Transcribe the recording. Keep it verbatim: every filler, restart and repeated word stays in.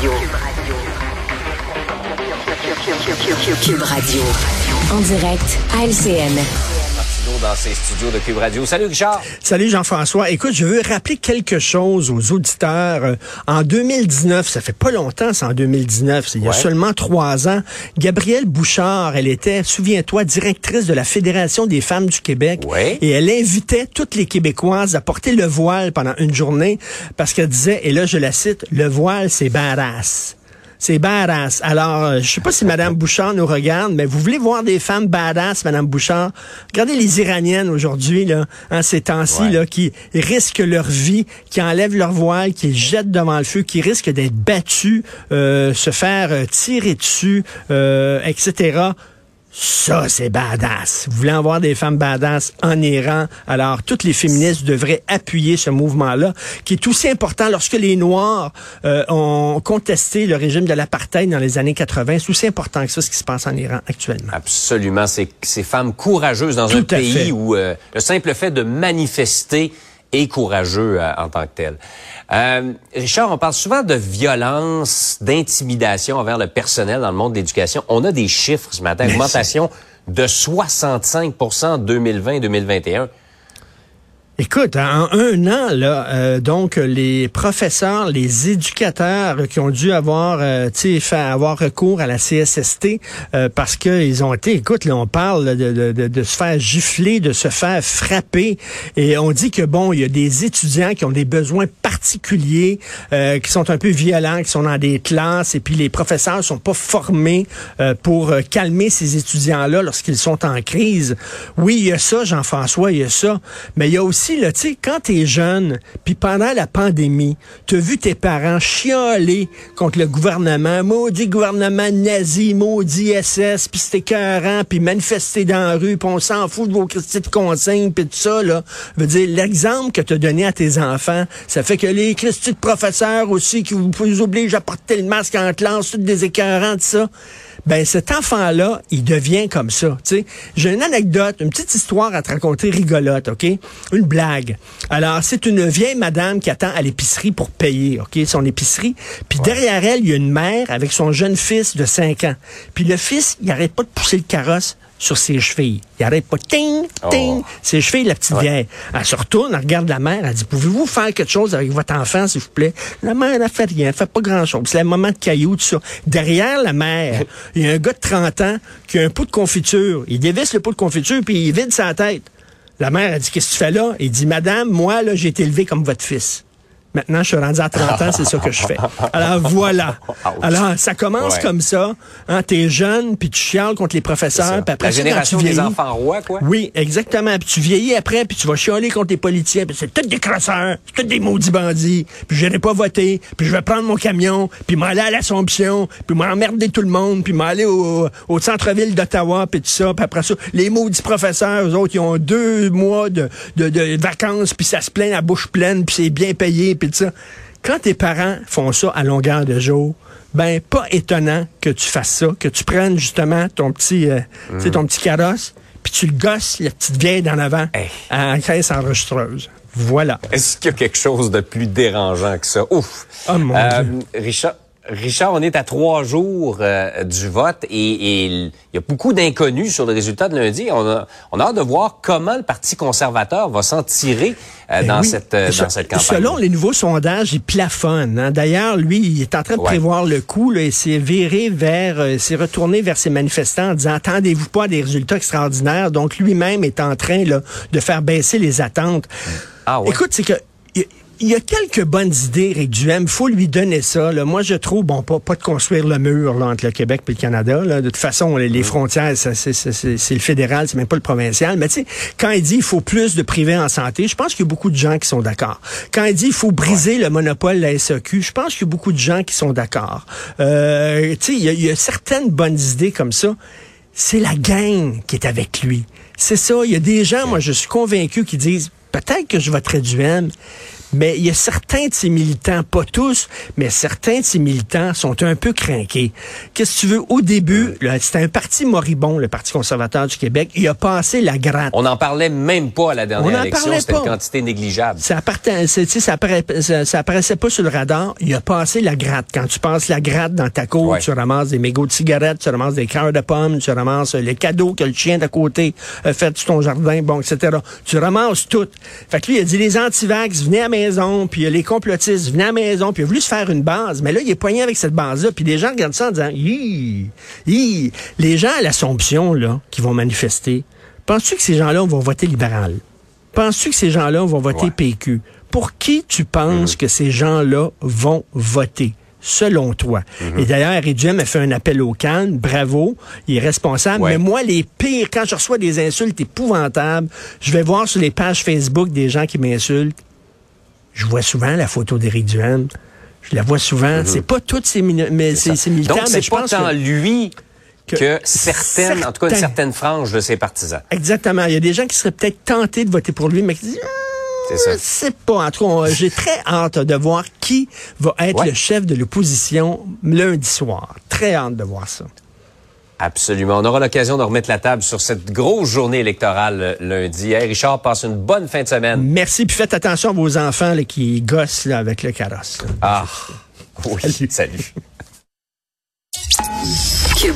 Radio. Cube Radio. En direct à L C N. Dans ses studios de Cube Radio. Salut Richard. Salut Jean-François. Écoute, je veux rappeler quelque chose aux auditeurs. En deux mille dix-neuf, ça fait pas longtemps, c'est en deux mille dix-neuf, c'est il y a ouais. seulement trois ans, Gabrielle Bouchard, elle était, souviens-toi, directrice de la Fédération des femmes du Québec. Ouais. Et elle invitait toutes les Québécoises à porter le voile pendant une journée parce qu'elle disait, et là je la cite, le voile c'est badass. C'est badass. Alors, je sais pas si Mme Bouchard nous regarde, mais vous voulez voir des femmes badass, Mme Bouchard? Regardez les Iraniennes aujourd'hui, là, hein, ces temps-ci, ouais. là, qui risquent leur vie, qui enlèvent leur voile, qui le jettent devant le feu, qui risquent d'être battues, euh, se faire euh, tirer dessus, euh, et cetera. Ça, c'est badass. Vous voulez en voir des femmes badass en Iran? Alors, toutes les féministes devraient appuyer ce mouvement-là, qui est aussi important lorsque les Noirs euh, ont contesté le régime de l'apartheid dans les années quatre-vingt. C'est aussi important que ça, ce qui se passe en Iran actuellement. Absolument. C'est ces femmes courageuses dans Tout un pays fait. où euh, le simple fait de manifester est courageux euh, en tant que tel. Euh, Richard, on parle souvent de violence, d'intimidation envers le personnel dans le monde de l'éducation. On a des chiffres ce matin. Mais augmentation c'est... de soixante-cinq pour cent en deux mille vingt deux mille vingt et un. Écoute, en un an, là, euh, donc les professeurs, les éducateurs qui ont dû avoir, euh, tu sais, faire avoir recours à la C S S T euh, parce qu'ils ont été, écoute, là, on parle de, de, de, de se faire gifler, de se faire frapper, et on dit que bon, il y a des étudiants qui ont des besoins particuliers, euh, qui sont un peu violents, qui sont dans des classes, et puis les professeurs sont pas formés euh, pour euh, calmer ces étudiants-là lorsqu'ils sont en crise. Oui, il y a ça, Jean-François, il y a ça, mais il y a aussi tu sais, quand t'es jeune, puis pendant la pandémie, t'as vu tes parents chialer contre le gouvernement, maudit gouvernement nazi, maudit S S, puis c'était écœurant, puis manifester dans la rue, puis on s'en fout de vos critiques de consignes, puis tout ça, là. Je veux dire, l'exemple que t'as donné à tes enfants, ça fait que les critiques de professeurs aussi, qui vous, vous obligent à porter le masque en classe, tout des écœurants, tout ça. Ben, cet enfant-là, il devient comme ça, tu sais. J'ai une anecdote, une petite histoire à te raconter rigolote, OK? Une blague. Alors, c'est une vieille madame qui attend à l'épicerie pour payer, OK, son épicerie. Puis ouais. derrière elle, il y a une mère avec son jeune fils de cinq ans. Puis le fils, il arrête pas de pousser le carrosse sur ses chevilles. Il arrête pas, ting, ting, oh. ses chevilles, la petite ouais. vieille. Elle se retourne, elle regarde la mère, elle dit, pouvez-vous faire quelque chose avec votre enfant, s'il vous plaît? La mère, elle fait rien, elle fait pas grand-chose. C'est le moment de cailloux, tout ça. Derrière la mère, il y a un gars de trente ans qui a un pot de confiture. Il dévisse le pot de confiture, puis il vide sa tête. La mère, elle dit, qu'est-ce que tu fais là? Il dit, madame, moi, là, j'ai été élevé comme votre fils. Maintenant, je suis rendu à trente ans, c'est ça que je fais. Alors, voilà. Alors, ça commence ouais. comme ça. Hein, t'es jeune, puis tu chiales contre les professeurs. Puis après, la génération des enfants rois, quoi. Oui, exactement. Puis tu vieillis après, puis tu vas chialer contre les politiciens. Puis c'est tous des crosseurs, c'est tous des maudits bandits. Puis je n'irai pas voter, puis je vais prendre mon camion, puis m'aller à l'Assomption, puis m'emmerder tout le monde, puis m'aller au, au centre-ville d'Ottawa, puis tout ça. Puis après ça, les maudits professeurs, eux autres, ils ont deux mois de, de, de vacances, puis ça se plaint la bouche pleine, puis c'est bien payé, puis ça. Quand tes parents font ça à longueur de jour, ben pas étonnant que tu fasses ça, que tu prennes justement ton petit, euh, mm. tu sais, ton petit carrosse, puis tu le gosses, la petite vieille d'en avant, hey. à la caisse enregistreuse. Voilà. Est-ce qu'il y a quelque chose de plus dérangeant que ça? Ouf! Oh mon euh, Dieu. Richard, Richard, on est à trois jours euh, du vote et il y a beaucoup d'inconnus sur le résultat de lundi. On a, on a hâte de voir comment le Parti conservateur va s'en tirer euh, dans, oui. cette, euh, dans cette campagne. Selon les nouveaux sondages, il plafonne. Hein. D'ailleurs, lui, il est en train de ouais. prévoir le coup. Là, il s'est viré vers, euh, s'est retourné vers ses manifestants en disant, attendez-vous pas à des résultats extraordinaires. Donc, lui-même est en train là, de faire baisser les attentes. Ah ouais. Écoute, c'est que... Il y a quelques bonnes idées, Éric Duhaime. Il faut lui donner ça. Là. Moi, je trouve, bon, pas, pas de construire le mur là, entre le Québec et le Canada. Là. De toute façon, les, les frontières, c'est, c'est, c'est, c'est le fédéral, c'est même pas le provincial. Mais tu sais, quand il dit qu'il faut plus de privés en santé, je pense qu'il y a beaucoup de gens qui sont d'accord. Quand il dit qu'il faut briser ouais. le monopole de la S A Q, je pense qu'il y a beaucoup de gens qui sont d'accord. Euh, tu sais, il y, a, il y a certaines bonnes idées comme ça. C'est la gang qui est avec lui. C'est ça. Il y a des gens, moi, je suis convaincu, qui disent... peut-être que je voterais du M. Mais il y a certains de ces militants, pas tous, mais certains de ces militants sont un peu crinqués. Qu'est-ce que tu veux? Au début, là, c'était un parti moribond, le Parti conservateur du Québec. Il a passé la gratte. On n'en parlait même pas à la dernière élection. C'était une quantité négligeable. Ça, appartient, c'est, ça, apparaît, ça, ça apparaissait pas sur le radar. Il a passé la gratte. Quand tu passes la gratte dans ta cour, ouais. tu ramasses des mégots de cigarettes, tu ramasses des cœurs de pommes, tu ramasses les cadeaux que le chien d'à côté a fait sur ton jardin, bon, et cetera. Tu ramasses tout. Fait que lui, il a dit, les antivax, venez à la maison, puis les complotistes, venez à la maison, puis il a voulu se faire une base. Mais là, il est poigné avec cette base-là, puis les gens regardent ça en disant, hi, hi. Les gens à l'Assomption, là, qui vont manifester, penses-tu que ces gens-là vont voter libéral? Penses-tu que ces gens-là vont voter ouais. P Q? Pour qui tu penses mmh. que ces gens-là vont voter? Selon toi. Mm-hmm. Et d'ailleurs, Harry Duhem a fait un appel au calme. Bravo, il est responsable. Ouais. Mais moi, les pires, quand je reçois des insultes épouvantables, je vais voir sur les pages Facebook des gens qui m'insultent. Je vois souvent la photo d'Éric Duhem. Je la vois souvent. Mm-hmm. C'est pas toutes ces, mais ces, ces militants. Donc, c'est mais je pas pense tant que, lui que, que certaines, certains, en tout cas une certaine frange de ses partisans. Exactement. Il y a des gens qui seraient peut-être tentés de voter pour lui, mais qui disent... C'est ça. Je sais pas. En tout cas, j'ai très hâte de voir qui va être ouais. le chef de l'opposition lundi soir. Très hâte de voir ça. Absolument. On aura l'occasion de remettre la table sur cette grosse journée électorale lundi. Hey, Richard, passe une bonne fin de semaine. Merci. Puis faites attention à vos enfants là, qui gossent là, avec le carrosse. Là. Ah, oui. Salut. salut.